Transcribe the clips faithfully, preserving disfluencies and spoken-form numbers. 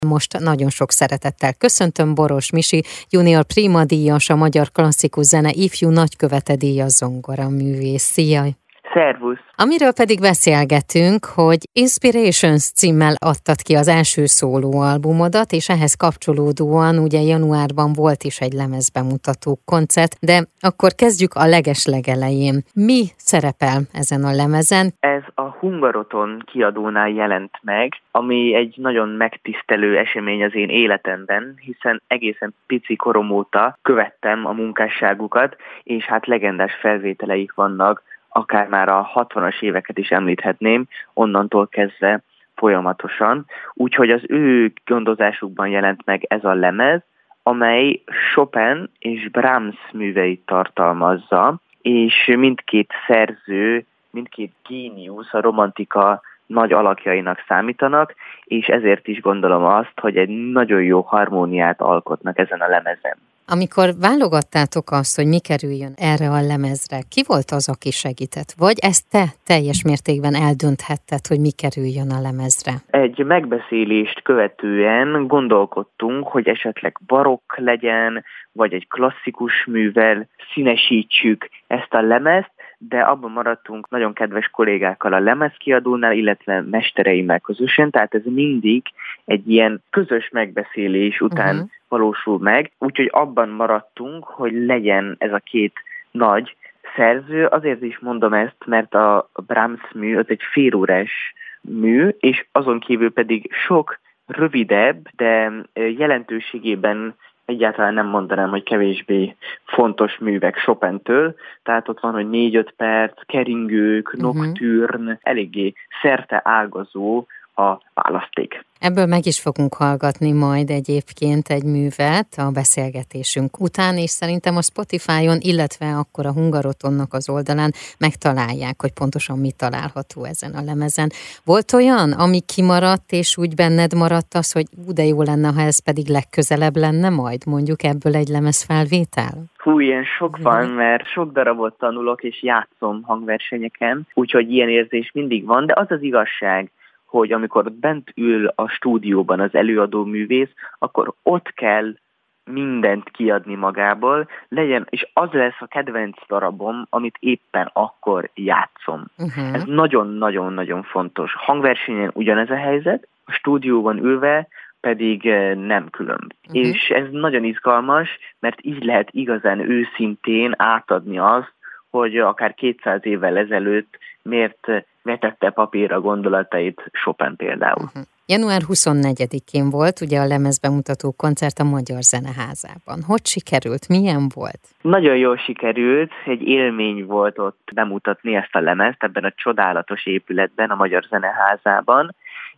Most nagyon sok szeretettel köszöntöm Boros Misi, junior prima díjas, a Magyar Klasszikus Zene ifjú nagykövete díjas zongoraművész. Szia! Szervusz! Amiről pedig beszélgetünk, hogy Inspirations címmel adtad ki az első szólóalbumodat, és ehhez kapcsolódóan ugye januárban volt is egy lemezbemutató koncert, de akkor kezdjük a legeslegelején. Mi szerepel ezen a lemezen? Ez a Hungaroton kiadónál jelent meg, ami egy nagyon megtisztelő esemény az én életemben, hiszen egészen pici korom óta követtem a munkásságukat, és hát legendás felvételeik vannak, akár már a hatvanas éveket is említhetném, onnantól kezdve folyamatosan. Úgyhogy az ő gondozásukban jelent meg ez a lemez, amely Chopin és Brahms műveit tartalmazza, és mindkét szerző, mindkét géniusz a romantika nagy alakjainak számítanak, és ezért is gondolom azt, hogy egy nagyon jó harmóniát alkotnak ezen a lemezen. Amikor válogattátok azt, hogy mi kerüljön erre a lemezre, ki volt az, aki segített? Vagy ezt te teljes mértékben eldönthetted, hogy mi kerüljön a lemezre? Egy megbeszélést követően gondolkodtunk, hogy esetleg barokk legyen, vagy egy klasszikus művel színesítsük ezt a lemezt, de abban maradtunk nagyon kedves kollégákkal a lemezkiadónál, illetve mestereimmel közösen, tehát ez mindig egy ilyen közös megbeszélés után uh-huh. valósul meg, úgyhogy abban maradtunk, hogy legyen ez a két nagy szerző. Azért is mondom ezt, mert a Brahms mű az egy félórás mű, és azon kívül pedig sok rövidebb, de jelentőségében egyáltalán nem mondanám, hogy kevésbé fontos művek Chopintől, tehát ott van, hogy négy-öt perc, keringők, uh-huh. nocturne, eléggé szerte ágazó a választék. Ebből meg is fogunk hallgatni majd egyébként egy művet a beszélgetésünk után, és szerintem a Spotify-on, illetve akkor a Hungarotonnak az oldalán megtalálják, hogy pontosan mi található ezen a lemezen. Volt olyan, ami kimaradt, és úgy benned maradt az, hogy ú, de jó lenne, ha ez pedig legközelebb lenne majd, mondjuk ebből egy lemezfelvétel? Hú, ilyen sok van, mert sok darabot tanulok, és játszom hangversenyeken, úgyhogy ilyen érzés mindig van, de az az igazság, hogy amikor bent ül a stúdióban az előadó művész, akkor ott kell mindent kiadni magából, legyen, és az lesz a kedvenc darabom, amit éppen akkor játszom. Uh-huh. Ez nagyon-nagyon-nagyon fontos. Hangversenyen ugyanez a helyzet, a stúdióban ülve pedig nem különb. Uh-huh. És ez nagyon izgalmas, mert így lehet igazán őszintén átadni azt, hogy akár kétszáz évvel ezelőtt miért vetette papírra gondolatait Chopin például. Uh-huh. január huszonnegyedikén volt ugye a lemezbemutató koncert a Magyar Zeneházában. Hogy sikerült? Milyen volt? Nagyon jól sikerült, egy élmény volt ott bemutatni ezt a lemezt ebben a csodálatos épületben, a Magyar Zeneházában,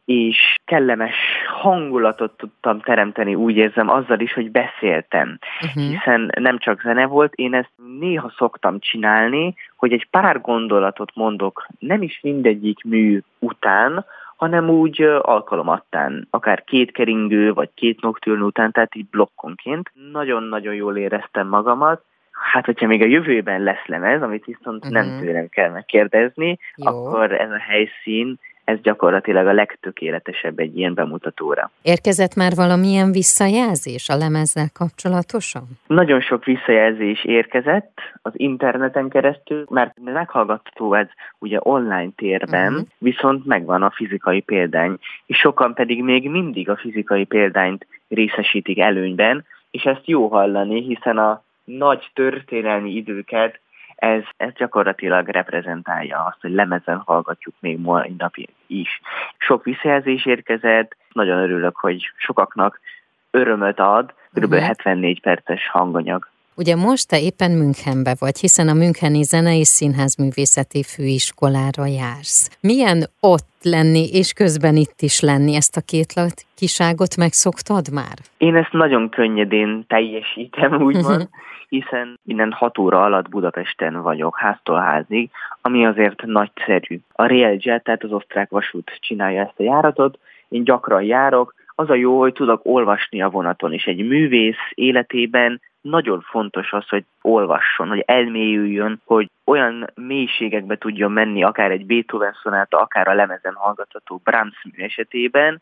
és kellemes hangulatot tudtam teremteni, úgy érzem, azzal is, hogy beszéltem. Uh-huh. Hiszen nem csak zene volt, én ezt néha szoktam csinálni, hogy egy pár gondolatot mondok, nem is mindegyik mű után, hanem úgy alkalomattán, akár két keringő, vagy két nocturne után, tehát így blokkonként. Nagyon-nagyon jól éreztem magamat. Hát, hogyha még a jövőben lesz lemez, amit viszont uh-huh. nem tőlem kell megkérdezni, jó. Akkor ez a helyszín, ez gyakorlatilag a legtökéletesebb egy ilyen bemutatóra. Érkezett már valamilyen visszajelzés a lemezzel kapcsolatosan? Nagyon sok visszajelzés érkezett az interneten keresztül, mert meghallgatható ez ugye online térben, uh-huh. viszont megvan a fizikai példány, és sokan pedig még mindig a fizikai példányt részesítik előnyben, és ezt jó hallani, hiszen a nagy történelmi időket Ez, ez gyakorlatilag reprezentálja azt, hogy lemezen hallgatjuk még mai napig is. Sok visszajelzés érkezett, nagyon örülök, hogy sokaknak örömöt ad, kb. Uh-huh. hetvennégy perces hanganyag. Ugye most te éppen Münchenbe vagy, hiszen a Müncheni Zene- és Színházművészeti Főiskolára jársz. Milyen ott lenni, és közben itt is lenni? Ezt a kétlakiságot megszoktad már? Én ezt nagyon könnyedén teljesítem, úgymond, hiszen innen hat óra alatt Budapesten vagyok, háztól házig, ami azért nagyszerű. A Railjet, tehát az osztrák vasút csinálja ezt a járatot, én gyakran járok, az a jó, hogy tudok olvasni a vonaton, és egy művész életében nagyon fontos az, hogy olvasson, hogy elmélyüljön, hogy olyan mélységekbe tudjon menni, akár egy Beethoven szonáta, akár a lemezen hallgatható Brahms mű esetében,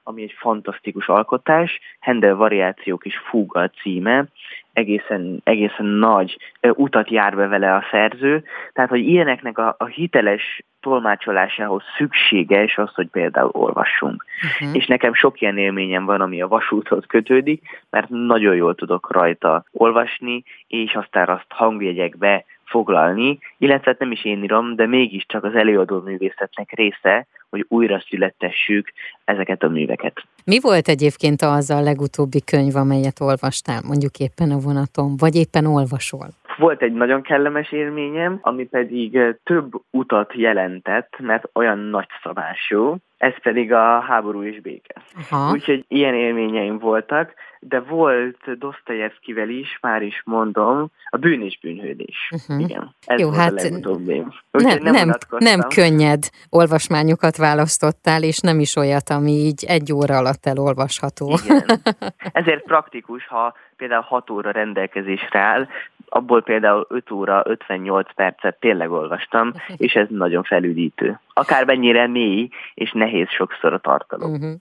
ami egy fantasztikus alkotás, Händel variációk és fúga a címe, egészen, egészen nagy utat jár be vele a szerző, tehát hogy ilyeneknek a, a hiteles tolmácsolásához szükséges az, hogy például olvassunk. Uh-huh. És nekem sok ilyen élményem van, ami a vasúthoz kötődik, mert nagyon jól tudok rajta olvasni, és aztán azt hangjegyekbe foglalni, illetve nem is én írom, de mégiscsak az előadó művészetnek része, hogy újra születtessük ezeket a műveket. Mi volt egyébként az a legutóbbi könyv, amelyet olvastál, mondjuk éppen a vonaton, vagy éppen olvasol? Volt egy nagyon kellemes élményem, ami pedig több utat jelentett, mert olyan nagyszabású, ez pedig a Háború és béke. Aha. Úgyhogy ilyen élményeim voltak, de volt Dosztojevszkivel is, már is mondom, a Bűn és bűnhődés. Uh-huh. Igen, ez Jó, volt hát a legutóbbi. Nem, nem, nem, nem könnyed olvasmányokat választottál, és nem is olyat, ami így egy óra alatt elolvasható. Igen. Ezért praktikus, ha például hat óra rendelkezésre áll, abból például öt óra ötvennyolc percet tényleg olvastam, és ez nagyon felüdítő. Akármennyire mély, és nehéz sokszor a tartalom. Uh-huh.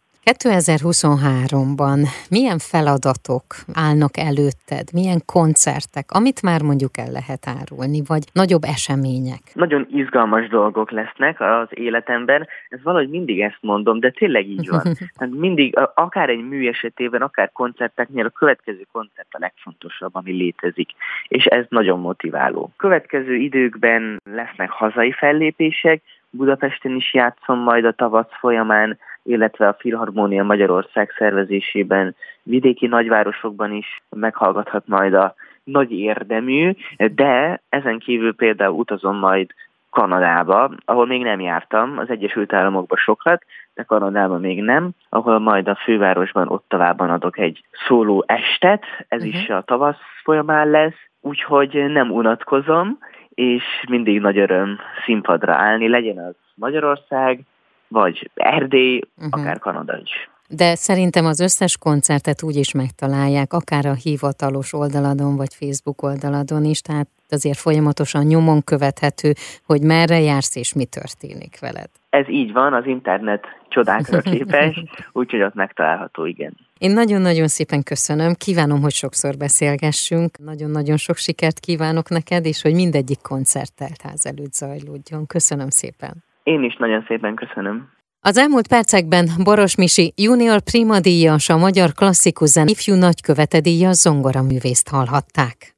kétezer-huszonháromban milyen feladatok állnak előtted, milyen koncertek, amit már mondjuk el lehet árulni, vagy nagyobb események? Nagyon izgalmas dolgok lesznek az életemben, ez valahogy mindig ezt mondom, de tényleg így van. Tehát mindig, akár egy mű esetében, akár koncerteknél a következő koncert a legfontosabb, ami létezik, és ez nagyon motiváló. Következő időkben lesznek hazai fellépések, Budapesten is játszom majd a tavasz folyamán, illetve a Filharmónia Magyarország szervezésében, vidéki nagyvárosokban is meghallgathat majd a nagy érdemű, de ezen kívül például utazom majd Kanadába, ahol még nem jártam, az Egyesült Államokban sokat, de Kanadában még nem, ahol majd a fővárosban, Ottawában adok egy szóló estet, ez uh-huh. is a tavasz folyamán lesz, úgyhogy nem unatkozom, és mindig nagy öröm színpadra állni, legyen az Magyarország, vagy Erdély, uh-huh. akár Kanada is. De szerintem az összes koncertet úgy is megtalálják, akár a hivatalos oldaladon, vagy Facebook oldaladon is, tehát azért folyamatosan nyomon követhető, hogy merre jársz és mi történik veled. Ez így van, az internet csodákra képes, úgyhogy ott megtalálható, igen. Én nagyon-nagyon szépen köszönöm, kívánom, hogy sokszor beszélgessünk, nagyon-nagyon sok sikert kívánok neked, és hogy mindegyik koncert teltház előtt zajlódjon. Köszönöm szépen. Én is nagyon szépen köszönöm. Az elmúlt percekben Boros Misi junior prima díjas, a Magyar Klasszikus Zene ifjú nagykövete díjas zongoraművészt hallhatták.